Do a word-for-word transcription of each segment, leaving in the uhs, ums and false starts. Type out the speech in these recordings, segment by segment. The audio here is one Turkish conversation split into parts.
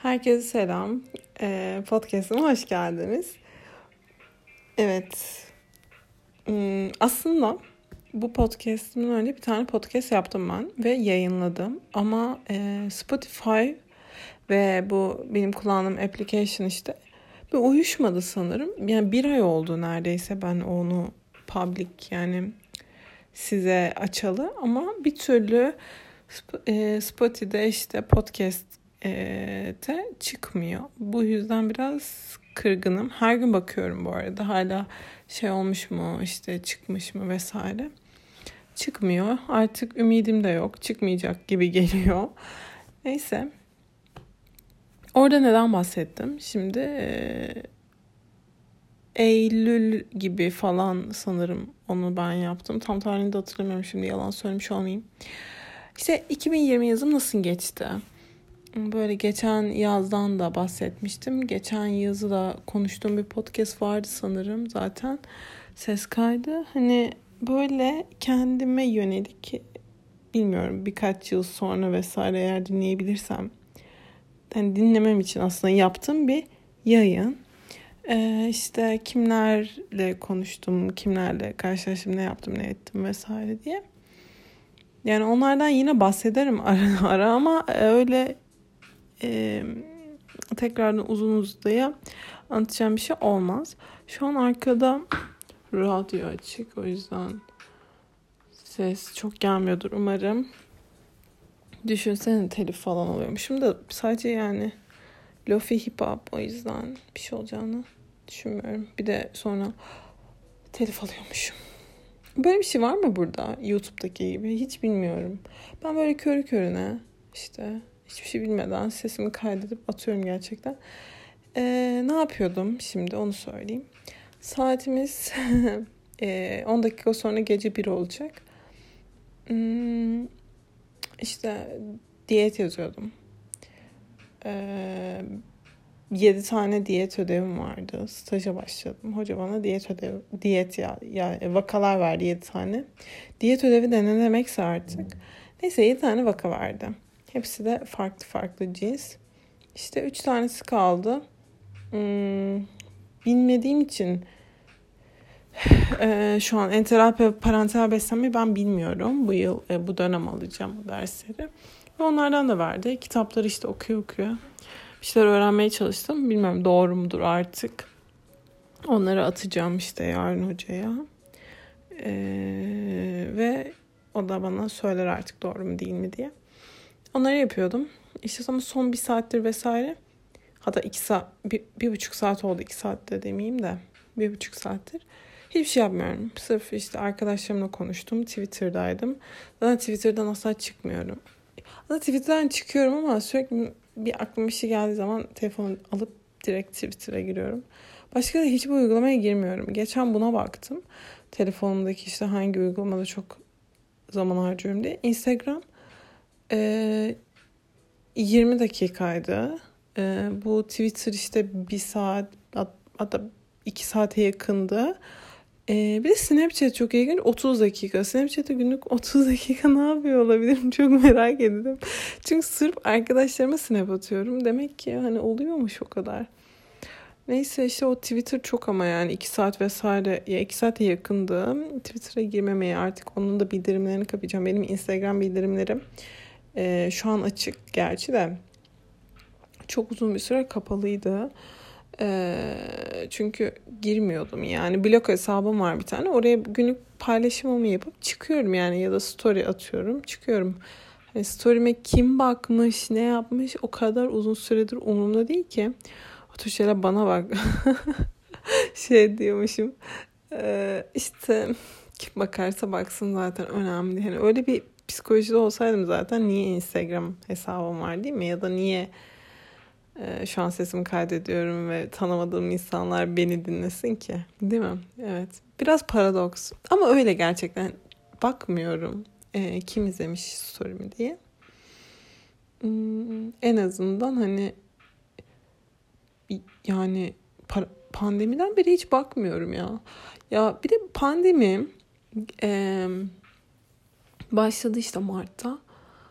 Herkese selam. Ee, podcast'ıma hoş geldiniz. Evet. Hmm, aslında bu podcast'ımın önce bir tane podcast yaptım ben ve yayınladım. Ama e, Spotify ve bu benim kullandığım application işte bir uyuşmadı sanırım. Yani bir ay oldu neredeyse ben onu public yani size açalı ama bir türlü e, Spotify'de işte podcast e, de çıkmıyor. Bu yüzden biraz kırgınım. Her gün bakıyorum bu arada. Hala şey olmuş mu işte çıkmış mı vesaire. Çıkmıyor. Artık ümidim de yok. Çıkmayacak gibi geliyor. Neyse. Orada neden bahsettim? Şimdi e, Eylül gibi falan sanırım onu ben yaptım. Tam tarihini de hatırlamıyorum şimdi yalan söylemiş olmayayım. İşte iki bin yirmi yazım nasıl geçti? Böyle geçen yazdan da bahsetmiştim. Geçen yazı da konuştuğum bir podcast vardı sanırım zaten. Ses kaydı. Hani böyle kendime yönelik bilmiyorum birkaç yıl sonra vesaire eğer dinleyebilirsem. Yani dinlemem için aslında yaptığım bir yayın. Ee, işte kimlerle konuştum, kimlerle karşılaştım, ne yaptım, ne ettim vesaire diye. Yani onlardan yine bahsederim ara ara ama öyle e, tekrardan uzun uzadıya anlatacağım bir şey olmaz. Şu an arkada radyo açık, o yüzden ses çok gelmiyordur umarım. Düşünsene telif falan oluyormuşum da sadece yani lofi hip hop, o yüzden bir şey olacağını düşünmüyorum. Bir de sonra telif alıyormuşum. Böyle bir şey var mı burada YouTube'daki gibi? Hiç bilmiyorum. Ben böyle körü körüne işte hiçbir şey bilmeden sesimi kaydedip atıyorum gerçekten. Ee, ne yapıyordum şimdi onu söyleyeyim. Saatimiz on dakika sonra gece bir olacak. Hmm, işte diyet yazıyordum. Ee, yedi tane diyet ödevim vardı. Staja başladım. Hoca bana diyet ödevi, diyet ya, ya vakalar verdi yedi tane. Diyet ödevi de ne demekse artık. Neyse yedi tane vaka verdi. Hepsi de farklı farklı cins. İşte üç tanesi kaldı. Hmm, bilmediğim için e, şu an enteral ve parenteral beslenmeyi ben bilmiyorum. Bu yıl e, bu dönem alacağım bu dersleri. Ve onlardan da verdi. Kitapları işte okuyor okuyor. Bir şeyler öğrenmeye çalıştım. Bilmiyorum doğru mudur artık. Onları atacağım işte yarın hocaya. Ee, ve o da bana söyler artık doğru mu değil mi diye. Onları yapıyordum. İşte ama son bir saattir vesaire. Hatta iki saat, bir, bir buçuk saat oldu. İki saatte demeyeyim de. Bir buçuk saattir. Hiçbir şey yapmıyorum. Sırf işte arkadaşlarımla konuştum. Twitter'daydım. Zaten Twitter'dan asla çıkmıyorum. Aslında Twitter'dan çıkıyorum ama sürekli bir aklıma bir şey geldiği zaman telefonu alıp direkt Twitter'a giriyorum. Başka da hiçbir uygulamaya girmiyorum. Geçen buna baktım. Telefonumdaki işte hangi uygulamada çok zaman harcıyorum diye. Instagram e, yirmi dakikaydı. E, bu Twitter işte bir saat hatta iki saate yakındı. Ee, bir de Snapchat çok ilginç. otuz dakika. Snapchat'te günlük otuz dakika ne yapıyor olabilirim? Çok merak ettim. Çünkü sırf arkadaşlarıma snap atıyorum. Demek ki hani oluyormuş o kadar. Neyse işte o Twitter çok ama yani iki saat vesaire. Ya iki saate yakındı. Twitter'a girmemeye artık onun da bildirimlerini kapayacağım. Benim Instagram bildirimlerim e, şu an açık gerçi de. Çok uzun bir süre kapalıydı. Ee, çünkü girmiyordum yani blog hesabım var bir tane, oraya günlük paylaşımımı yapıp çıkıyorum yani ya da story atıyorum çıkıyorum. Hani story'me kim bakmış ne yapmış o kadar uzun süredir umurumda değil ki. O tür şeyler bana bak şey diyormuşum ee, işte kim bakarsa baksın zaten önemli. Hani öyle bir psikolojide olsaydım zaten niye Instagram hesabım var değil mi, ya da niye Ee, şu an sesimi kaydediyorum ve tanımadığım insanlar beni dinlesin ki, değil mi? Evet. Biraz paradoks ama öyle gerçekten. Bakmıyorum e, kim izlemiş story'mi diye. Hmm, en azından hani yani para, pandemiden beri hiç bakmıyorum ya. Ya bir de pandemi e, başladı işte Mart'ta.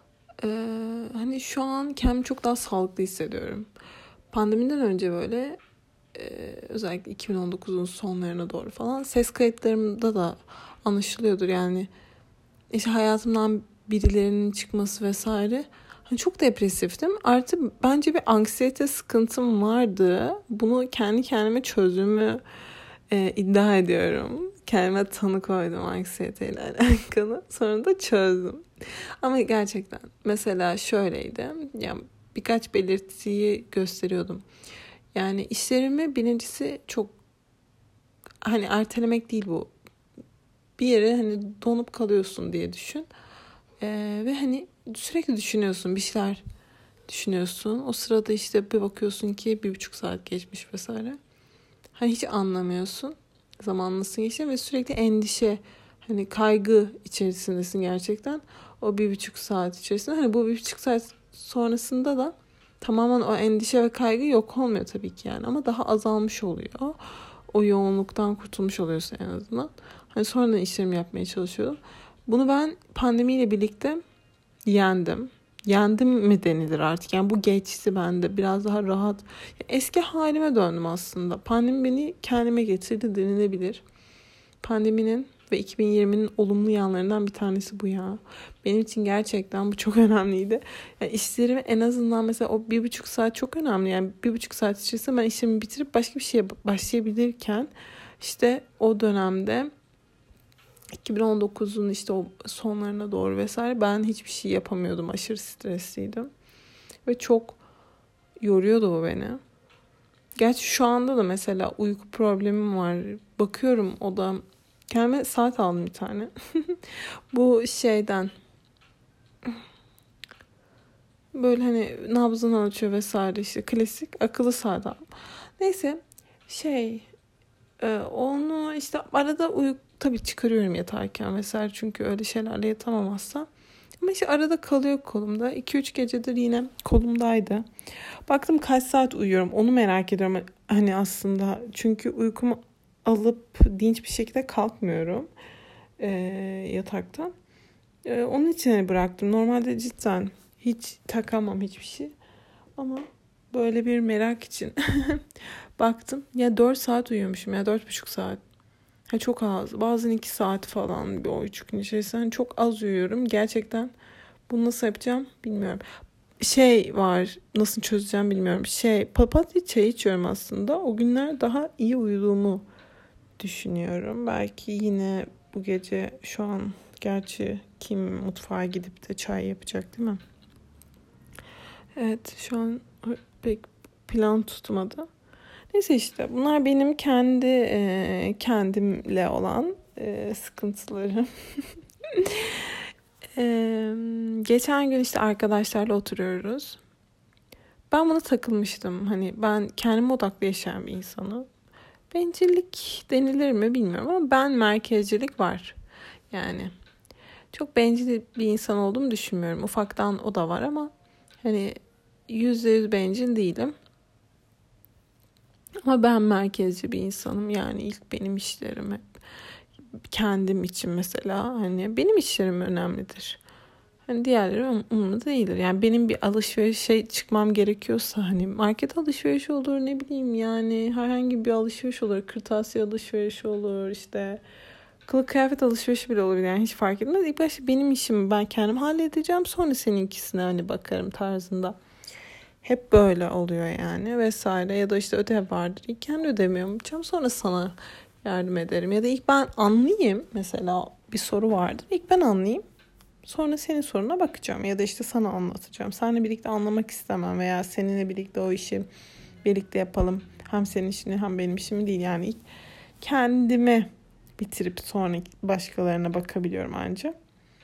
Ee, hani şu an kendimi çok daha sağlıklı hissediyorum. Pandemiden önce böyle e, özellikle iki bin on dokuzun sonlarına doğru falan ses kayıtlarımda da anlaşılıyordur. Yani işte hayatımdan birilerinin çıkması vesaire. Hani çok depresiftim. Artı bence bir anksiyete sıkıntım vardı. Bunu kendi kendime çözdüğümü e, iddia ediyorum. Kendime tanı koydum anksiyeteyle alakalı. Sonra da çözdüm. Ama gerçekten mesela şöyleydi. Yani birkaç belirtiyi gösteriyordum. Yani işlerimi birincisi çok hani ertelemek değil bu. Bir yere hani donup kalıyorsun diye düşün. Ee, ve hani sürekli düşünüyorsun bir şeyler düşünüyorsun. O sırada işte bir bakıyorsun ki bir buçuk saat geçmiş vesaire. Hani hiç anlamıyorsun. Zaman nasıl geçiyor ve sürekli endişe, hani kaygı içerisindesin gerçekten. O bir buçuk saat içerisinde. Hani bu bir buçuk saat sonrasında da tamamen o endişe ve kaygı yok olmuyor tabii ki yani. Ama daha azalmış oluyor. O yoğunluktan kurtulmuş oluyorsun en azından. Hani sonradan işlerimi yapmaya çalışıyordum. Bunu ben pandemiyle birlikte yendim. Yendim mi denilir artık. Yani bu geçti bende. Biraz daha rahat. Eski halime döndüm aslında. Pandemi beni kendime getirdi denilebilir. Pandeminin ve iki bin yirminin olumlu yanlarından bir tanesi bu ya. Benim için gerçekten bu çok önemliydi. Yani işlerimi en azından mesela o bir buçuk saat çok önemli. Yani bir buçuk saat içerisinde ben işimi bitirip başka bir şeye başlayabilirken işte o dönemde iki bin on dokuzun işte o sonlarına doğru vesaire ben hiçbir şey yapamıyordum. Aşırı stresliydim. Ve çok yoruyordu bu beni. Gerçi şu anda da mesela uyku problemim var. Bakıyorum o da kendime saat aldım bir tane. Bu şeyden böyle hani nabzını ölçüyor vesaire işte klasik akıllı saat aldım. Neyse şey e, onu işte arada uyku tabii çıkarıyorum yatarken vesaire çünkü öyle şeylerle yatamam asla. Ama işte arada kalıyor kolumda. iki üç gecedir yine kolumdaydı. Baktım kaç saat uyuyorum onu merak ediyorum. Hani aslında çünkü uykumu alıp dinç bir şekilde kalkmıyorum e, yataktan. E, onun için hani bıraktım. Normalde cidden hiç takamam hiçbir şey. Ama böyle bir merak için baktım. Ya dört saat uyuyormuşum ya dört buçuk saat. Ha, çok az. Bazen iki saat falan bir o üç gün içerisinde. Yani çok az uyuyorum. Gerçekten bunu nasıl yapacağım bilmiyorum. Şey var nasıl çözeceğim bilmiyorum. Şey papatya çayı içiyorum aslında. O günler daha iyi uyuduğumu düşünüyorum. Belki yine bu gece şu an gerçi kim mutfağa gidip de çay yapacak değil mi? Evet şu an pek plan tutmadı. Neyse işte bunlar benim kendi e, kendimle olan e, sıkıntılarım. e, geçen gün işte arkadaşlarla oturuyoruz. Ben buna takılmıştım. Hani ben kendime odaklı yaşayan bir insanım. Bencillik denilir mi bilmiyorum ama ben merkezcilik var. Yani çok bencil bir insan olduğumu düşünmüyorum. Ufaktan o da var ama hani yüzde yüz bencil değilim. Ama ben merkezci bir insanım. Yani ilk benim işlerim hep kendim için mesela hani benim işlerim önemlidir. Hani diğerleri umurumda değildir. Yani benim bir alışverişe çıkmam gerekiyorsa hani market alışverişi olur ne bileyim yani herhangi bir alışveriş olur. Kırtasiye alışverişi olur işte kılık kıyafet alışverişi bile olabilir yani hiç fark etmez. İlk başta benim işimi ben kendim halledeceğim sonra seninkisine hani bakarım tarzında. Hep böyle oluyor yani vesaire ya da işte ödev vardır. İlk kendi ödevimi yapacağım sonra sana yardım ederim. Ya da ilk ben anlayayım mesela bir soru vardır. İlk ben anlayayım. Sonra senin soruna bakacağım ya da işte sana anlatacağım. Seninle birlikte anlamak istemem veya seninle birlikte o işi birlikte yapalım. Hem senin işini hem benim işimi değil yani ilk kendime bitirip sonra başkalarına bakabiliyorum ancak.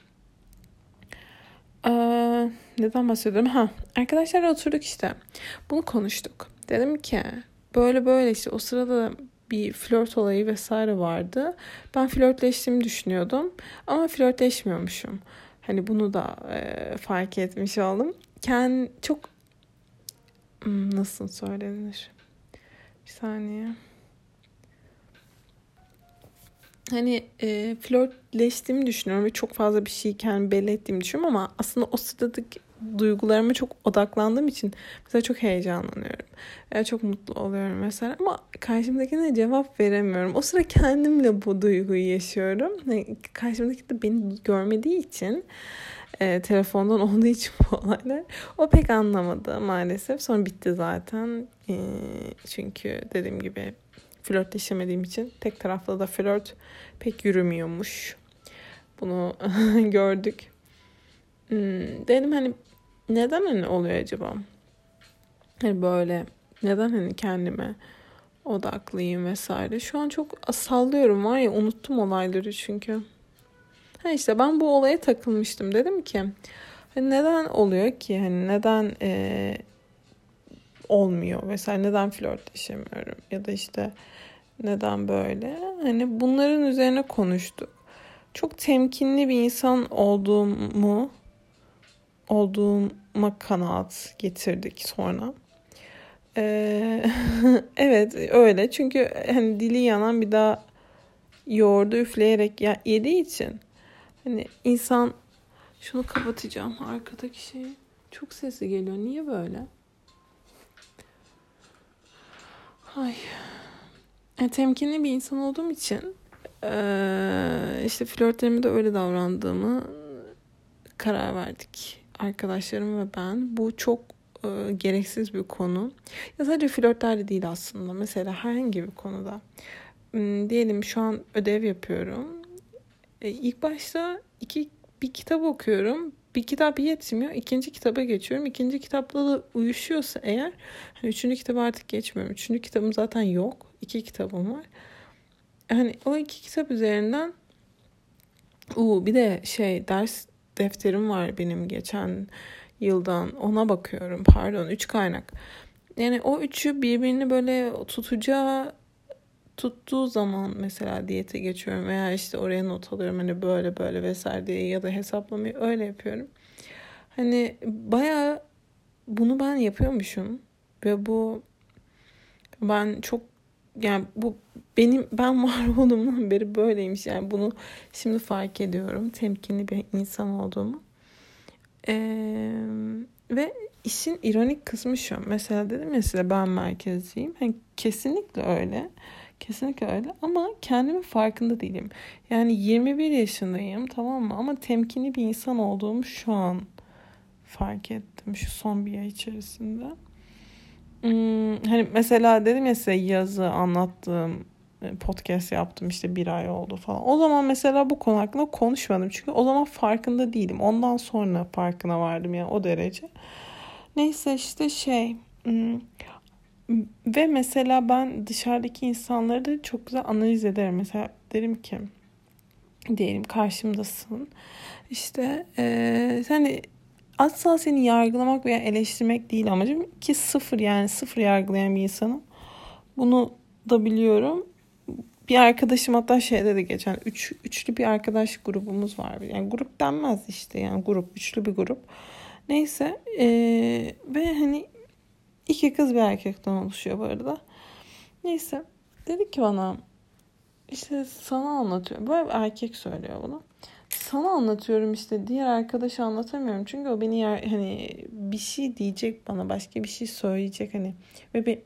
Ee, neden bahsediyorum? Ha, arkadaşlarla oturduk işte. Bunu konuştuk. Dedim ki böyle böyle işte o sırada bir flört olayı vesaire vardı. Ben flörtleştiğimi düşünüyordum. Ama flörtleşmiyormuşum. Hani bunu da e, fark etmiş oldum. Kend çok hmm, nasıl söylenir? Bir saniye. Hani e, flörtleştiğimi düşünüyorum ve çok fazla bir şey kendimi belli ettiğimi düşünüyorum ama aslında o sırada duygularıma çok odaklandığım için mesela çok heyecanlanıyorum. Yani çok mutlu oluyorum mesela ama karşımdakine cevap veremiyorum. O sıra kendimle bu duyguyu yaşıyorum. Yani karşımdaki de beni görmediği için e, telefondan olduğu için bu olaylar o pek anlamadı maalesef. Sonra bitti zaten. E, çünkü dediğim gibi flörtleşemediğim için tek taraflı da flört pek yürümüyormuş. Bunu gördük. Hmm, dedim hani neden hani oluyor acaba? Hani böyle neden hani kendime odaklıyım vesaire. Şu an çok sallıyorum var ya, unuttum olayları çünkü. Ha işte ben bu olaya takılmıştım. Dedim ki hani neden oluyor ki? Hani neden e, olmuyor? Mesela neden flörtleşemiyorum? Ya da işte neden böyle? Hani bunların üzerine konuştuk. Çok temkinli bir insan olduğumu olduğuma kanaat getirdik sonra. Ee, evet öyle. Çünkü hani dili yanan bir daha yoğurdu üfleyerek ya, yediği için hani insan şunu kapatacağım. Arkadaki şey çok sesi geliyor. Niye böyle? Ay. Yani temkinli bir insan olduğum için ee, işte flörtlerime de öyle davrandığımı karar verdik. Arkadaşlarım ve ben. Bu çok e, gereksiz bir konu. Ya sadece flörtlerde değil aslında. Mesela herhangi bir konuda. Hmm, diyelim şu an ödev yapıyorum. E, ilk başta iki bir kitap okuyorum. Bir kitap yetmiyor. İkinci kitaba geçiyorum. İkinci kitapla da uyuşuyorsa eğer hani üçüncü kitaba artık geçmiyorum. Üçüncü kitabım zaten yok. İki kitabım var. Hani o iki kitap üzerinden uu, bir de şey ders defterim var benim geçen yıldan. Ona bakıyorum. Pardon, üç kaynak. Yani o üçü birbirini böyle tutacağı tuttuğu zaman mesela diyete geçiyorum veya işte oraya not alıyorum hani böyle böyle vesaire diye ya da hesaplamayı öyle yapıyorum. Hani bayağı bunu ben yapıyormuşum ve bu ben çok yani bu benim ben var olduğumdan beri böyleymiş yani bunu şimdi fark ediyorum temkinli bir insan olduğumu. Ee, ve işin ironik kısmı şu. Mesela dedim ya size ben merkezciyim. Yani kesinlikle öyle. Kesinlikle öyle ama kendimin farkında değilim. Yani yirmi bir yaşındayım, tamam mı? Ama temkinli bir insan olduğumu şu an fark ettim şu son bir ay içerisinde. Hmm, hani mesela dedim ya size yazı anlattığım podcast yaptım işte bir ay oldu falan. O zaman mesela bu konu hakkında konuşmadım. Çünkü o zaman farkında değilim. Ondan sonra farkına vardım yani o derece. Neyse işte şey hmm, ve mesela ben dışarıdaki insanları da çok güzel analiz ederim. Mesela derim ki diyelim karşımdasın. İşte ee, hani asla seni yargılamak veya eleştirmek değil amacım ki sıfır yani sıfır yargılayan bir insanım. Bunu da biliyorum. Bir arkadaşım hatta şey dedi geçen üç, üçlü bir arkadaş grubumuz var. Yani grup denmez işte yani grup üçlü bir grup. Neyse ee, ve hani iki kız bir erkekten oluşuyor bu arada. Neyse dedi ki bana işte sana anlatıyorum. Böyle erkek söylüyor bunu. Sana anlatıyorum işte diğer arkadaşa anlatamıyorum. Çünkü o beni yer, hani bir şey diyecek bana başka bir şey söyleyecek hani ve be,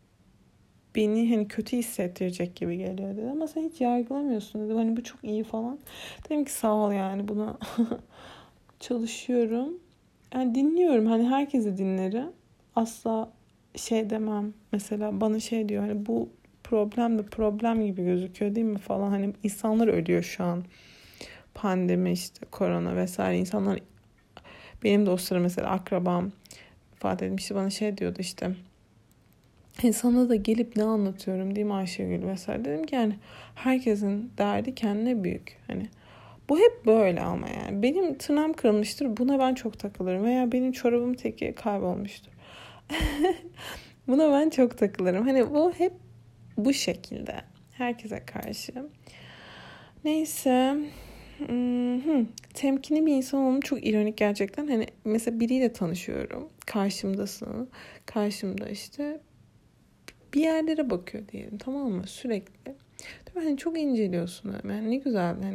beni hani kötü hissettirecek gibi geliyor dedi. Ama sen hiç yargılamıyorsun dedim. Hani bu çok iyi falan. Dedim ki sağ ol yani buna çalışıyorum. Yani dinliyorum hani herkesi dinlerim. Asla şey demem. Mesela bana şey diyor hani bu problem de problem gibi gözüküyor değil mi falan. Hani insanlar ölüyor şu an. Pandemi işte korona vesaire insanlar benim de o sıra mesela akrabam vefat etmişti bana şey diyordu işte insana da gelip ne anlatıyorum değil mi Ayşegül vesaire dedim ki yani herkesin derdi kendine büyük hani bu hep böyle ama yani benim tırnağım kırılmıştır buna ben çok takılırım veya benim çorabım teki kaybolmuştur buna ben çok takılırım hani bu hep bu şekilde herkese karşı neyse. Hmm, temkinli bir insan olmam çok ironik gerçekten. Hani mesela biriyle tanışıyorum. Karşımdasın. Karşımda işte bir yerlere bakıyor diyelim tamam mı? Sürekli. Tabii hani çok inceliyorsun. Yani ne güzel hani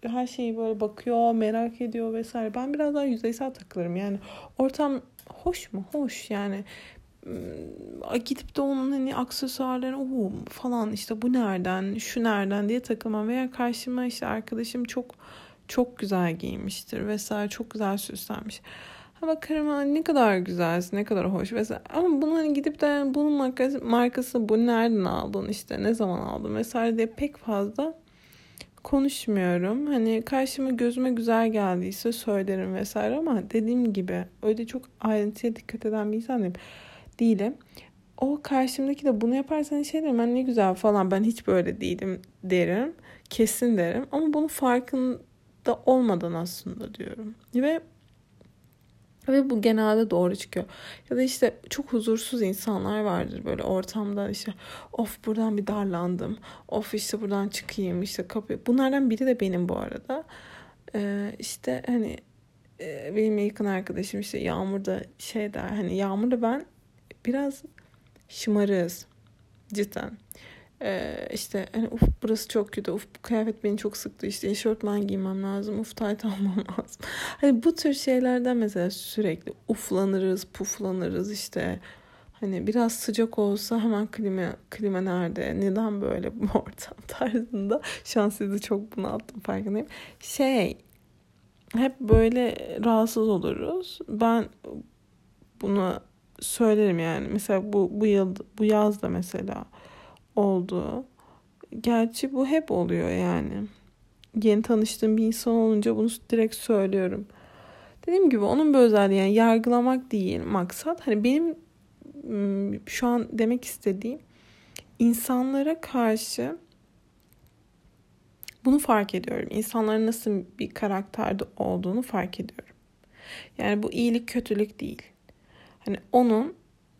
her şeyi böyle bakıyor, merak ediyor vesaire. Ben biraz daha yüzeysel takılırım. Yani ortam hoş mu? Hoş yani. Gidip de onun hani aksesuarlarını o falan işte bu nereden, şu nereden diye takılmam. Veya karşıma işte arkadaşım çok çok güzel giyinmiştir vesaire, çok güzel süslenmiş. Ha bakarım ne kadar güzelsin, ne kadar hoş vesaire. Ama bunu hani gidip de bunun markası, markası bu nereden aldın, işte ne zaman aldın vesaire diye pek fazla konuşmuyorum. Hani karşıma gözüme güzel geldiyse söylerim vesaire, ama dediğim gibi öyle çok ayrıntıya dikkat eden bir insan değilim. değilim. O karşımdaki de bunu yaparsan şey derim, ben ne güzel falan, ben hiç böyle değilim derim. Kesin derim. Ama bunun farkında olmadan aslında diyorum. Ve Ve bu genelde doğru çıkıyor. Ya da işte çok huzursuz insanlar vardır böyle ortamda, işte of buradan bir darlandım. Of işte buradan çıkayım, işte kapı. Bunlardan biri de benim bu arada. Ee, işte hani e, benim yakın arkadaşım işte Yağmur'da şey der. Hani Yağmur'da ben biraz şımarığız cidden. Ee, işte hani uf burası çok kötü, uf bu kıyafet beni çok sıktı, işte eşortman giymem lazım, uf tayt almam lazım. Hani bu tür şeylerden mesela sürekli uflanırız, puflanırız işte. Hani biraz sıcak olsa hemen klima, klima nerede, neden böyle bu ortam tarzında. Şu an sizi çok bunalttım, farkındayım. Şey, hep böyle rahatsız oluruz. Ben bunu söylerim yani. Mesela bu bu yıl bu yaz da mesela oldu. Gerçi bu hep oluyor yani. Yeni tanıştığım bir insan olunca bunu direkt söylüyorum. Dediğim gibi onun bir özelliği, yani yargılamak değil maksat. Hani benim şu an demek istediğim, insanlara karşı bunu fark ediyorum. İnsanların nasıl bir karakterde olduğunu fark ediyorum. Yani bu iyilik kötülük değil. Hani onun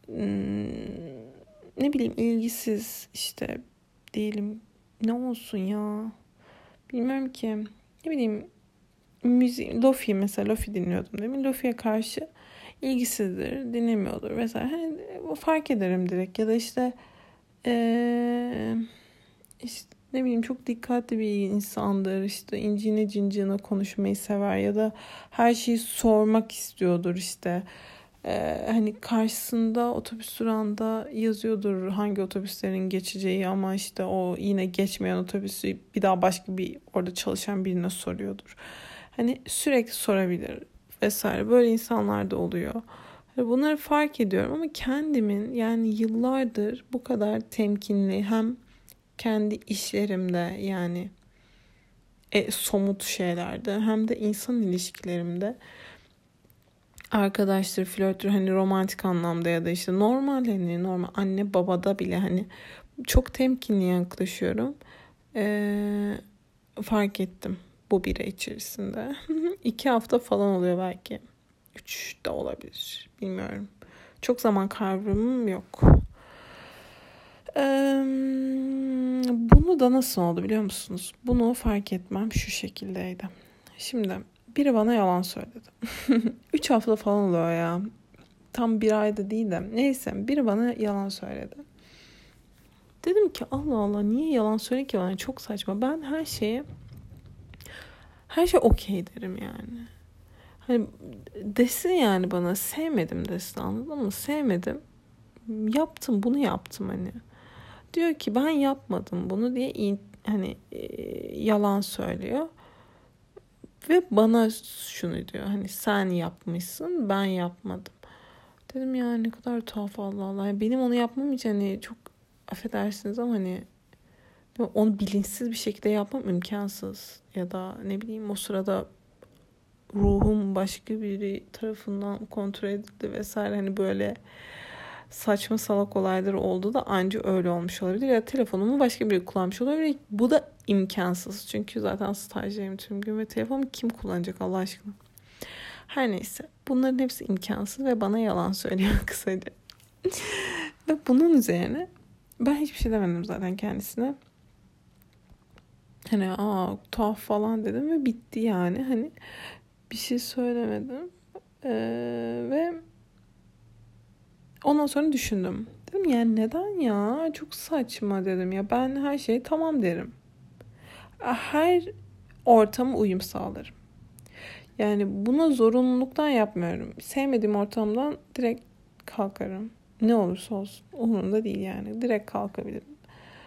ne bileyim ilgisiz işte diyelim, ne olsun ya bilmiyorum ki, ne bileyim müzik, Lofi mesela, Lofi dinliyordum değil mi? Lofi'ye karşı ilgisizdir, dinlemiyordur mesela. Hani fark ederim direkt. Ya da işte ee, işte ne bileyim çok dikkatli bir insandır, işte incine cincine konuşmayı sever ya da her şeyi sormak istiyordur işte. Ee, hani karşısında otobüs durağında yazıyordur hangi otobüslerin geçeceği, ama işte o yine geçmeyen otobüsü bir daha başka bir orada çalışan birine soruyordur. Hani sürekli sorabilir vesaire. Böyle insanlar da oluyor. Hani bunları fark ediyorum ama kendimin yani yıllardır bu kadar temkinli, hem kendi işlerimde yani e, somut şeylerde, hem de insan ilişkilerimde, arkadaştır, flörttür, hani romantik anlamda ya da işte normal, hani normal anne babada bile hani çok temkinli yaklaşıyorum. Ee, fark ettim bu bire içerisinde. iki hafta falan oluyor belki. Üç de olabilir. Bilmiyorum. Çok zaman kavramım yok. Ee, bunu da nasıl oldu biliyor musunuz? Bunu fark etmem şu şekildeydi. Şimdi biri bana yalan söyledi. Üç hafta falan oluyor ya. Tam bir ayda değil de. Neyse, biri bana yalan söyledi. Dedim ki Allah Allah, niye yalan söyledi ki bana? Çok saçma. Ben her şeye her şey okey derim yani. Hani desin yani bana, sevmedim desin, anladın mı? Sevmedim. Yaptım, bunu yaptım hani. Diyor ki ben yapmadım bunu diye hani e, yalan söylüyor. Ve bana şunu diyor, hani sen yapmışsın, ben yapmadım. Dedim ya ne kadar tuhaf, Allah Allah. Yani benim onu yapmam için hani çok affedersiniz ama hani onu bilinçsiz bir şekilde yapmam imkansız. Ya da ne bileyim o sırada ruhum başka biri tarafından kontrol edildi vesaire, hani böyle saçma salak olaylar oldu da anca öyle olmuş olabilir. Ya telefonumu başka biri kullanmış olabilir. Bu da imkansız. Çünkü zaten stajyerim tüm gün ve telefonumu kim kullanacak Allah aşkına. Her neyse. Bunların hepsi imkansız ve bana yalan söylüyor kısaca. Ve bunun üzerine ben hiçbir şey demedim zaten kendisine. Hani aa tuhaf falan dedim ve bitti yani. Hani bir şey söylemedim. Ee, ve ondan sonra düşündüm. Dedim yani neden ya? Çok saçma dedim ya. Ben her şeye tamam derim. Her ortama uyum sağlarım. Yani bunu zorunluluktan yapmıyorum. Sevmediğim ortamdan direkt kalkarım. Ne olursa olsun. Umurumda değil yani. Direkt kalkabilirim.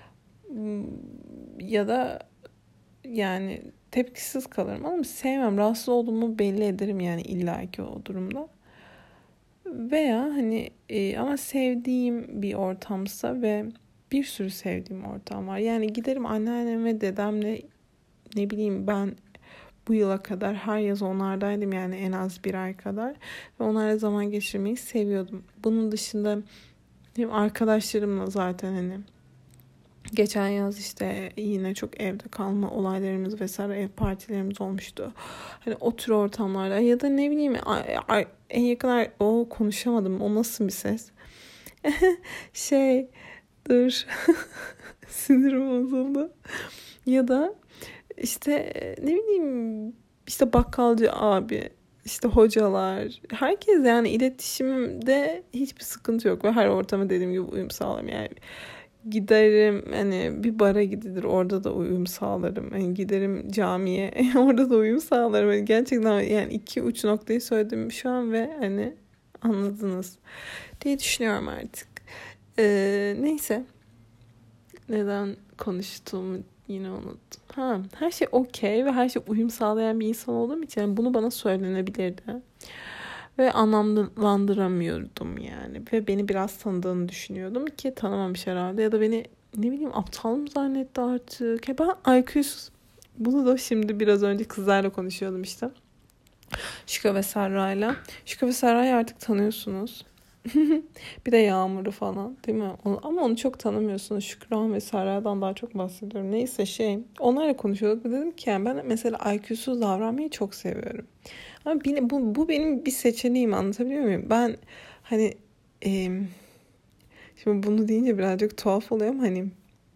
Ya da yani tepkisiz kalırım. Ama sevmem. Rahatsız olduğumu belli ederim yani illaki o durumda. Veya hani e, ama sevdiğim bir ortamsa ve bir sürü sevdiğim ortam var. Yani giderim anneannem ve dedemle, ne bileyim, ben bu yıla kadar her yaz onlardaydım yani en az bir ay kadar. Ve onlarla zaman geçirmeyi seviyordum. Bunun dışında benim arkadaşlarımla zaten hani geçen yaz işte yine çok evde kalma olaylarımız vesaire, ev partilerimiz olmuştu. Hani o tür ortamlarda ya da ne bileyim en yakın o konuşamadım. O nasıl bir ses? şey dur sinirim bozuldu. Ya da işte ne bileyim işte bakkalcı abi, işte hocalar, herkes yani iletişimde hiçbir sıkıntı yok ve her ortama dediğim gibi uyum sağlarım yani. Giderim hani bir bara gidilir, orada da uyum sağlarım. Yani giderim camiye orada da uyum sağlarım. Yani gerçekten yani iki uç noktayı söyledim şu an ve hani anladınız diye düşünüyorum artık. Ee, neyse. Neden konuştuğumu yine unuttum. Ha, her şey okey ve her şey uyum sağlayan bir insan olduğum için yani bunu bana söylenebilirdi. Ve anlamlandıramıyordum yani. Ve beni biraz tanıdığını düşünüyordum ki tanımamış herhalde. Ya da beni ne bileyim aptal mı zannetti artık. Ya ben I Q'suz. Bunu da şimdi biraz önce kızlarla konuşuyordum işte. Şükrü ve Serra'yla. Şükrü ve Serra'yı artık tanıyorsunuz. Bir de Yağmur'u falan değil mi? Ama onu çok tanımıyorsunuz. Şükran ve Serra'dan daha çok bahsediyorum. Neyse şey onlarla konuşuyorduk. Dedim ki yani ben mesela I Q'suz davranmayı çok seviyorum. Ama bu, bu benim bir seçeneğim, anlatabiliyor muyum? Ben hani e, şimdi bunu deyince birazcık tuhaf oluyor ama hani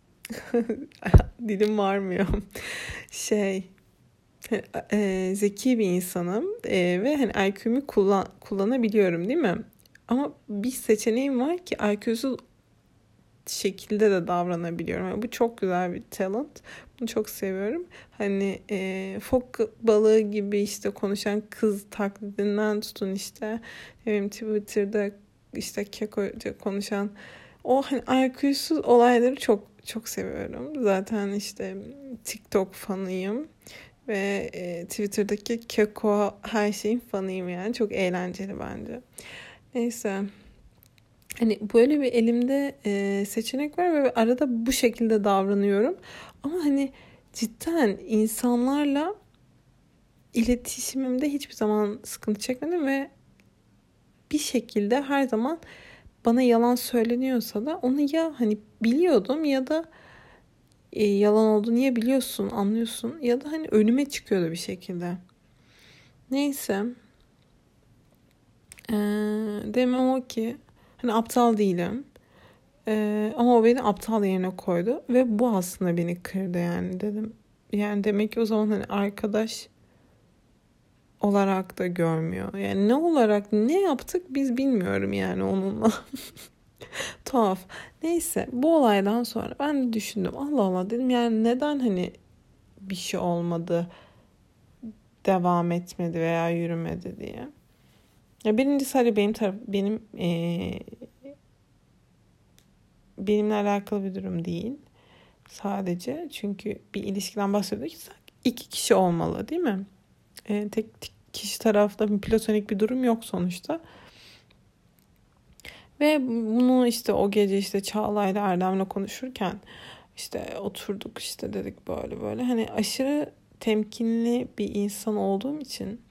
dilim varmıyor. Şey e, zeki bir insanım e, ve hani I Q'mu kullan, kullanabiliyorum değil mi? Ama bir seçeneğim var ki I Q'suz şekilde de davranabiliyorum. Yani bu çok güzel bir talent. Bunu çok seviyorum. Hani e, fok balığı gibi işte konuşan kız taklidinden tutun işte benim Twitter'da işte kekoca konuşan o hani I Q'suz olayları çok çok seviyorum. Zaten işte TikTok fanıyım ve e, Twitter'daki keko her şeyin fanıyım yani. Çok eğlenceli bence. Neyse. Hani böyle bir elimde e, seçenek var ve arada bu şekilde davranıyorum. Ama hani cidden insanlarla iletişimimde hiçbir zaman sıkıntı çekmedim ve bir şekilde her zaman bana yalan söyleniyorsa da onu ya hani biliyordum ya da e, yalan olduğunu ya biliyorsun, anlıyorsun ya da hani önüme çıkıyordu bir şekilde. Neyse. Ee, demem o ki hani aptal değilim. Ee, ama o beni aptal yerine koydu ve bu aslında beni kırdı yani dedim. Yani demek ki o zaman hani arkadaş olarak da görmüyor. Yani ne olarak ne yaptık biz bilmiyorum yani onunla. Tuhaf. Neyse bu olaydan sonra ben de düşündüm. Allah Allah dedim yani neden hani bir şey olmadı, devam etmedi veya yürümedi diye. Ya birincisi hani benim taraf benim ee, benimle alakalı bir durum değil. Sadece çünkü bir ilişkiden bahsediyorsak iki kişi olmalı değil mi? E, tek kişi tarafta bir platonik bir durum yok sonuçta. Ve bunu işte o gece işte Çağla'yla Erdem'le konuşurken işte oturduk işte dedik böyle böyle. Hani aşırı temkinli bir insan olduğum için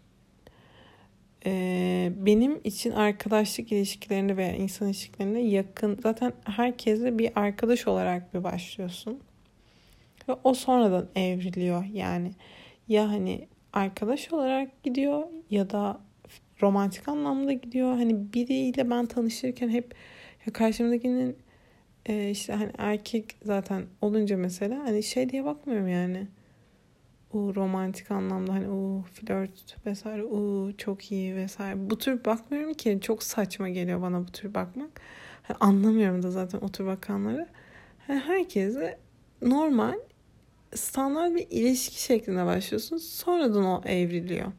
e, benim için arkadaşlık ilişkilerinde veya insan ilişkilerinde yakın zaten herkesle bir arkadaş olarak bir başlıyorsun. Ve o sonradan evriliyor yani. Ya hani arkadaş olarak gidiyor ya da romantik anlamda gidiyor. Hani biriyle ben tanışırken hep ya karşımdakinin e, işte hani erkek zaten olunca mesela hani şey diye bakmıyorum yani. O romantik anlamda hani o flört vesaire o çok iyi vesaire. Bu tür bakmıyorum ki çok saçma geliyor bana bu tür bakmak. Hani anlamıyorum da zaten o tür bakanları. Yani herkese normal standart bir ilişki şeklinde başlıyorsun. Sonradan o evriliyor.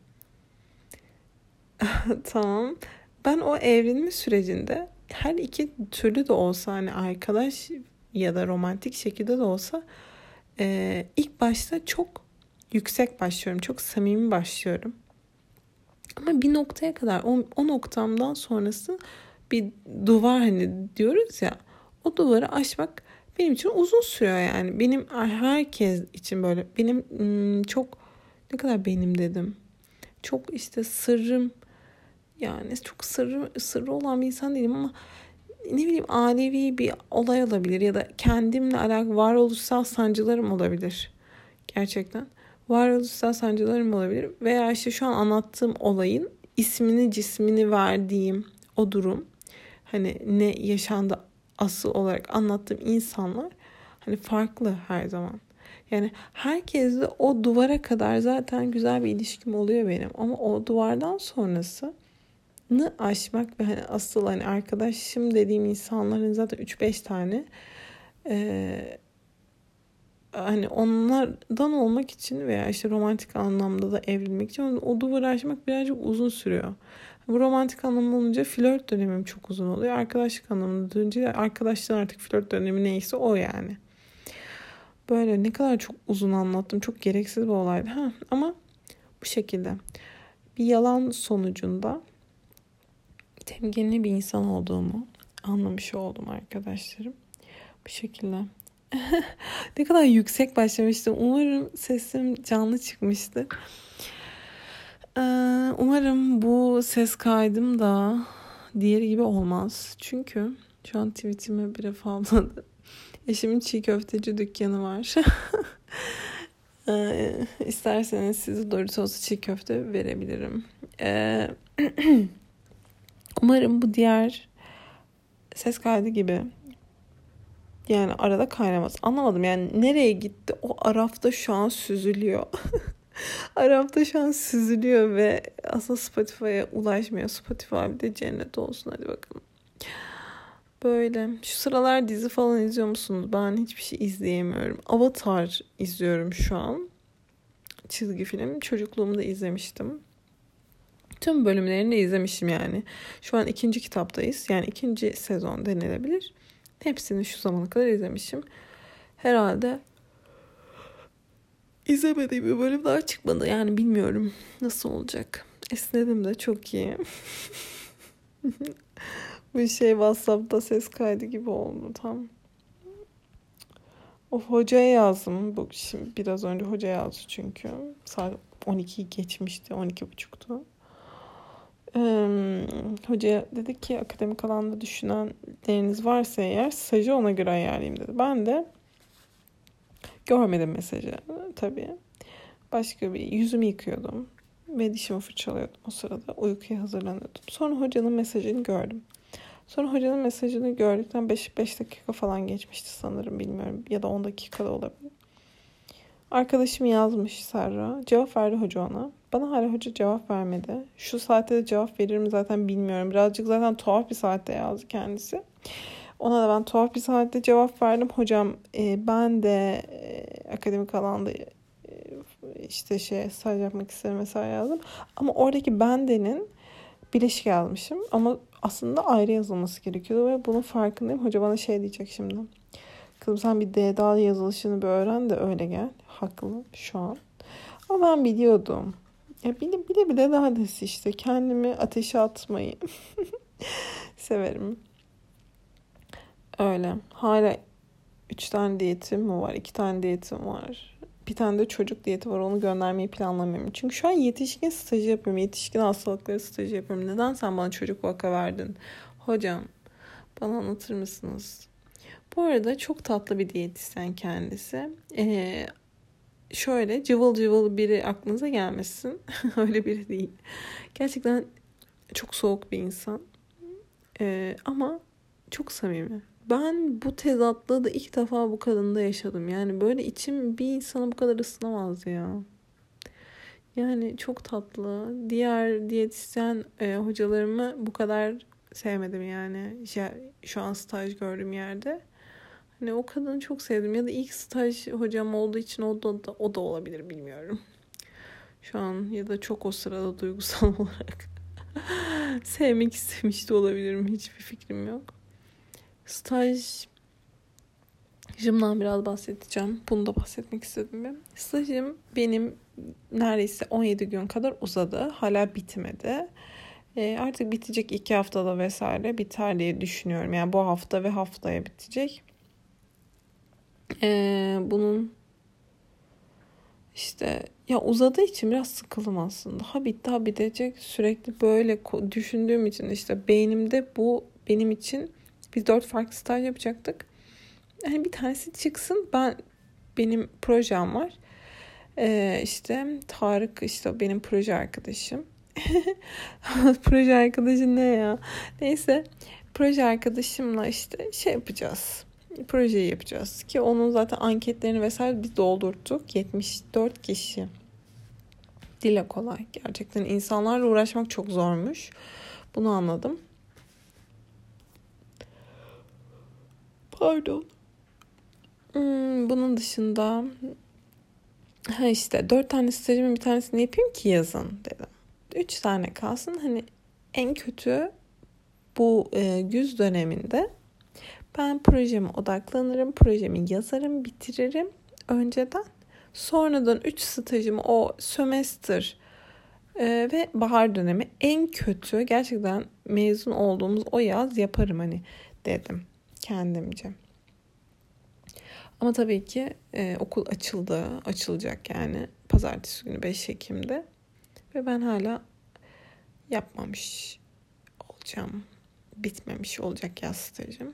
Tamam. Ben o evrilme sürecinde her iki türlü de olsa, hani arkadaş ya da romantik şekilde de olsa e, ilk başta çok yüksek başlıyorum. Çok samimi başlıyorum. Ama bir noktaya kadar, o, o noktamdan sonrası bir duvar hani diyoruz ya, o duvarı aşmak benim için uzun sürüyor yani. Benim herkes için böyle. Benim ım, çok ne kadar benim dedim. Çok işte sırrım, yani çok sırrı, sırrı olan bir insan değilim ama ne bileyim ailevi bir olay olabilir ya da kendimle alakalı varoluşsal sancılarım olabilir. Gerçekten. Varoluşsal sancılarım olabilir. Veya işte şu an anlattığım olayın ismini, cismini verdiğim o durum. Hani ne yaşandı asıl olarak anlattığım insanlar hani farklı her zaman. Yani herkesle o duvara kadar zaten güzel bir ilişkim oluyor benim. Ama o duvardan sonrası aşmak ve hani asıl hani arkadaşım dediğim insanların zaten üç beş tane ee, hani onlardan olmak için veya işte romantik anlamda da evrilmek için o, o duvarı aşmak birazcık uzun sürüyor. Bu romantik anlamda olunca flört dönemim çok uzun oluyor. Arkadaşlık anlamında dönünce arkadaşlar artık flört dönemi neyse o yani. Böyle ne kadar çok uzun anlattım. Çok gereksiz bir olaydı. Ha, ama bu şekilde bir yalan sonucunda temkinli bir insan olduğumu anlamış oldum arkadaşlarım. Bu şekilde. Ne kadar yüksek başlamıştım. Umarım sesim canlı çıkmıştır. Ee, umarım bu ses kaydım da diğeri gibi olmaz. Çünkü şu an tweetime biri favladı. Eşimin çiğ köfteci dükkanı var. ee, isterseniz size Doritos'lu çiğ köfte verebilirim. Ee, umarım bu diğer ses kaydı gibi yani arada kaynamaz. Anlamadım yani nereye gitti? O Araf'ta şu an süzülüyor. Araf'ta şu an süzülüyor ve aslında Spotify'a ulaşmıyor. Spotify bir de cennet olsun, hadi bakalım. Böyle. Şu sıralar dizi falan izliyor musunuz? Ben hiçbir şey izleyemiyorum. Avatar izliyorum şu an. Çizgi film. Çocukluğumda izlemiştim. Tüm bölümlerini de izlemişim yani. Şu an ikinci kitaptayız. Yani ikinci sezon denilebilir. Hepsini şu zamana kadar izlemişim. Herhalde izlemediğim bir bölüm daha çıkmadı. Yani bilmiyorum nasıl olacak. Esnedim de çok iyi. Bir şey WhatsApp'ta ses kaydı gibi oldu tam. Of, hocaya yazdım. Bu şimdi biraz önce hoca yazdı çünkü. Saat on ikiyi geçmişti. on iki buçuktu. Ee, hoca dedi ki akademik alanda düşünenleriniz varsa eğer stajı ona göre ayarlayayım dedi. Ben de görmedim mesajı tabii. Başka bir yüzümü yıkıyordum ve dişimi fırçalıyordum o sırada. Uykuya hazırlanıyordum. Sonra hocanın mesajını gördüm. Sonra hocanın mesajını gördükten beş dakika falan geçmişti sanırım, bilmiyorum. Ya da on dakika da olabilir. Arkadaşım yazmış Serra. Cevap verdi hoca ona. Bana hala hoca cevap vermedi. Şu saatte de cevap verir mi zaten bilmiyorum. Birazcık zaten tuhaf bir saatte yazdı kendisi. Ona da ben tuhaf bir saatte cevap verdim. Hocam e, ben de e, akademik alanda e, işte şey staj yapmak isterim mesela yazdım. Ama oradaki bendenin bileşik yazmışım. Ama aslında ayrı yazılması gerekiyordu ve bunun farkındayım. Hoca bana şey diyecek şimdi. Kızım sen bir D D A yazılışını bir öğren de öyle gel. Haklı şu an. Ama ben biliyordum. Ya bile bile bile daha da işte kendimi ateşe atmayı severim. Öyle. Hala üç tane diyetim mi var? iki tane diyetim var. Bir tane de çocuk diyeti var. Onu göndermeyi planlamıyorum. Çünkü şu an yetişkin stajı yapıyorum. Yetişkin hastalıkları stajı yapıyorum. Neden sen bana çocuk vaka verdin? Hocam bana anlatır mısınız? Bu arada çok tatlı bir diyetisyen kendisi. Ee, şöyle cıvıl cıvıl biri aklınıza gelmesin. Öyle biri değil. Gerçekten çok soğuk bir insan. Ee, ama çok samimi. Ben bu tezatlığı da ilk defa bu kadında yaşadım. Yani böyle içim bir insana bu kadar ısınamaz ya. Yani çok tatlı. Diğer diyetisyen e, hocalarımı bu kadar sevmedim yani. İşte şu an staj gördüğüm yerde. Hani o kadını çok sevdim. Ya da ilk staj hocam olduğu için o da, o da olabilir, bilmiyorum. Şu an ya da çok o sırada duygusal olarak sevmek istemiş de olabilirim. Hiçbir fikrim yok. Stajımdan biraz bahsedeceğim. Bunu da bahsetmek istedim ben. Stajım benim neredeyse on yedi gün kadar uzadı. Hala bitmedi. E, artık bitecek, iki haftada vesaire biter diye düşünüyorum. Yani bu hafta ve haftaya bitecek. E, bunun işte ya uzadığı için biraz sıkıldım aslında. Ha bitti ha bitecek, sürekli böyle düşündüğüm için işte beynimde bu benim için biz dört farklı staj yapacaktık. Yani bir tanesi çıksın, ben benim projem var. Ee, işte Tarık işte benim proje arkadaşım. Proje arkadaşı ne ya? Neyse, proje arkadaşımla işte şey yapacağız. Projeyi yapacağız ki onun zaten anketlerini vesaire biz doldurttuk. yetmiş dört kişi. Dile kolay. Gerçekten insanlarla uğraşmak çok zormuş. Bunu anladım. Pardon. Hmm, bunun dışında ha işte dört tane stajımın bir tanesini yapayım ki yazın dedim. Üç tane kalsın. Hani en kötü bu e, güz döneminde ben projeme odaklanırım. Projemi yazarım, bitiririm önceden. Sonradan üç stajımı o sömestr e, ve bahar dönemi en kötü gerçekten mezun olduğumuz o yaz yaparım hani dedim kendimce. Ama tabii ki e, okul açıldı, açılacak yani pazartesi günü beş Ekim'de ve ben hala yapmamış olacağım. Bitmemiş olacak yaz stajım.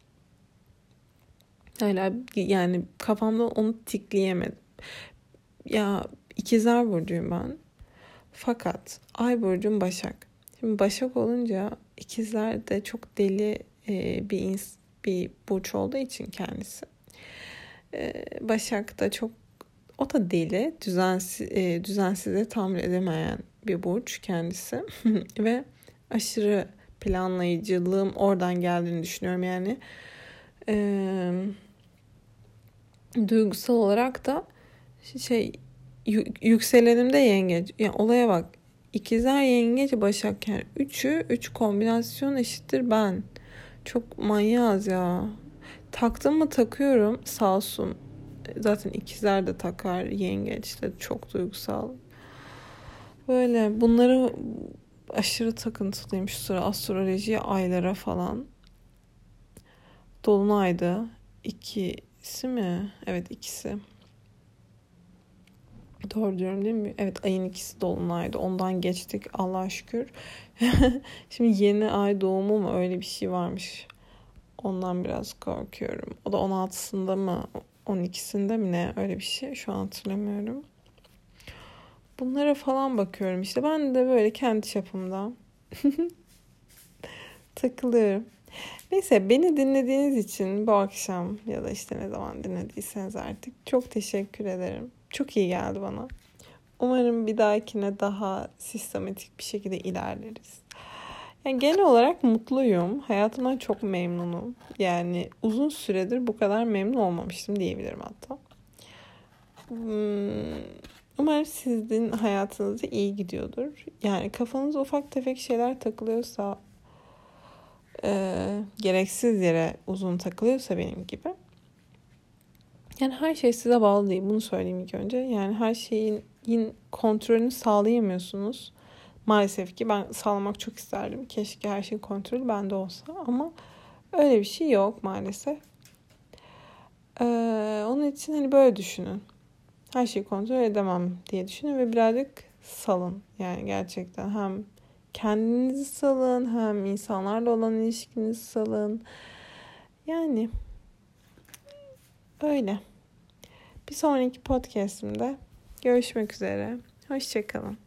Hala yani kafamda onu tikleyemedim. Ya ikizler burcuyum ben. Fakat ay burcum Başak. Şimdi Başak olunca ikizler de çok deli e, bir ins- bir burç olduğu için kendisi. E, Başak da çok, o da deli, düzensiz, e, düzensize tahammül edemeyen bir burç kendisi. Ve aşırı planlayıcılığım oradan geldiğini düşünüyorum. Yani e, duygusal olarak da şey yükselenim de yengeç. Yani olaya bak. İkizler yengeç Başak, yani üçü üç kombinasyon eşittir ben. Çok manyağız ya. Taktım mı takıyorum, sağ olsun. Zaten ikizler de takar, yengeç de çok duygusal. Böyle bunları aşırı takıntılıyım şu sıra, astrolojiye, aylara falan. Dolunaydı. İkisi mi? Evet, ikisi. Doğru diyorum değil mi? Evet, ayın ikisi dolunaydı. Ondan geçtik Allah'a şükür. Şimdi yeni ay doğumu mu, öyle bir şey varmış. Ondan biraz korkuyorum. O da on altısında mı on ikisinde mi ne, öyle bir şey. Şu an hatırlamıyorum. Bunlara falan bakıyorum işte. Ben de böyle kendi çapımda takılıyorum. Neyse, beni dinlediğiniz için bu akşam ya da işte ne zaman dinlediyseniz artık çok teşekkür ederim. Çok iyi geldi bana. Umarım bir dahakine daha sistematik bir şekilde ilerleriz. Yani genel olarak mutluyum. Hayatımdan çok memnunum. Yani uzun süredir bu kadar memnun olmamıştım diyebilirim hatta. Hmm, umarım sizin hayatınızda iyi gidiyordur. Yani kafanıza ufak tefek şeyler takılıyorsa, e, gereksiz yere uzun takılıyorsa benim gibi. Yani her şey size bağlı değil. Bunu söyleyeyim ilk önce. Yani her şeyin kontrolünü sağlayamıyorsunuz. Maalesef ki ben sağlamak çok isterdim. Keşke her şeyin kontrolü bende olsa. Ama öyle bir şey yok maalesef. Ee, onun için hani böyle düşünün. Her şeyi kontrol edemem diye düşünün ve birazcık salın. Yani gerçekten hem kendinizi salın, hem insanlarla olan ilişkinizi salın. Yani öyle. Bir sonraki podcast'imde görüşmek üzere. Hoşça kalın.